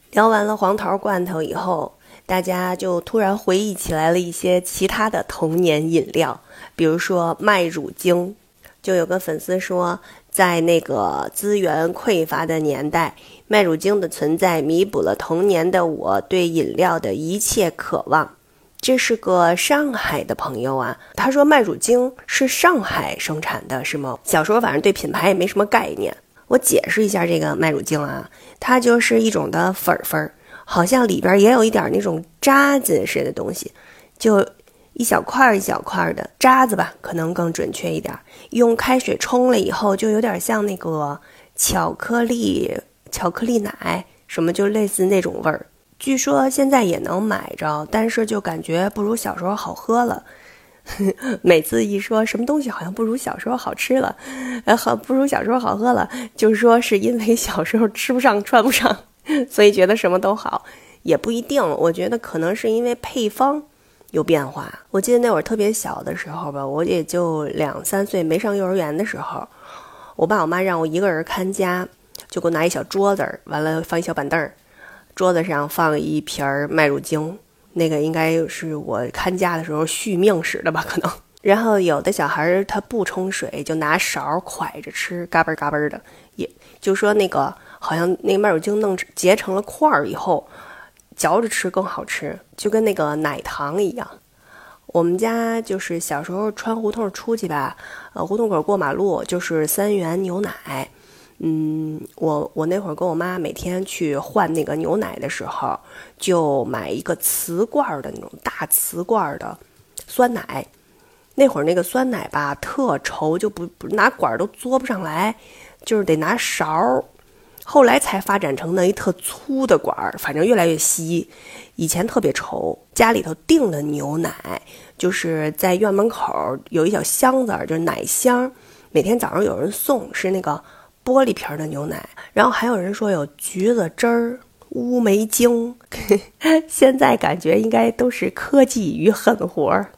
聊完了黄桃罐头以后，大家就突然回忆起来了一些其他的童年饮料，比如说麦乳精。就有个粉丝说，在那个资源匮乏的年代，麦乳精的存在弥补了童年的我对饮料的一切渴望。这是个上海的朋友啊，他说麦乳精是上海生产的，是吗？小时候反正对品牌也没什么概念。我解释一下这个麦乳精啊，它就是一种的粉粉，好像里边也有一点那种渣子似的东西，就一小块一小块的渣子吧，可能更准确一点。用开水冲了以后，就有点像那个巧克力奶什么，就类似那种味儿。据说现在也能买着，但是就感觉不如小时候好喝了。每次一说什么东西好像不如小时候好吃了，不如小时候好喝了，就说是因为小时候吃不上穿不上，所以觉得什么都好，也不一定。我觉得可能是因为配方有变化。我记得那会儿特别小的时候吧，我也就2、3岁，没上幼儿园的时候，我爸我妈让我一个人看家，就给我拿一小桌子，完了放一小板凳，桌子上放一瓶麦乳精。那个应该是我看家的时候续命使的吧，可能。然后有的小孩他不冲水，就拿勺蒯着吃，嘎嘣嘎嘣的。也就说那个好像那个麦乳精弄结成了块儿以后，嚼着吃更好吃，就跟那个奶糖一样。我们家就是小时候穿胡同出去吧，胡同口过马路就是3元牛奶。我那会儿跟我妈每天去换那个牛奶的时候，就买一个瓷罐的那种大瓷罐的酸奶。那会儿那个酸奶吧特稠，就不拿管都嘬不上来，就是得拿勺。后来才发展成那一特粗的管，反正越来越稀。以前特别稠，家里头订的牛奶就是在院门口有一小箱子，就是奶箱，每天早上有人送，是那个玻璃瓶的牛奶。然后还有人说有橘子汁儿、乌梅精，现在感觉应该都是科技与狠活。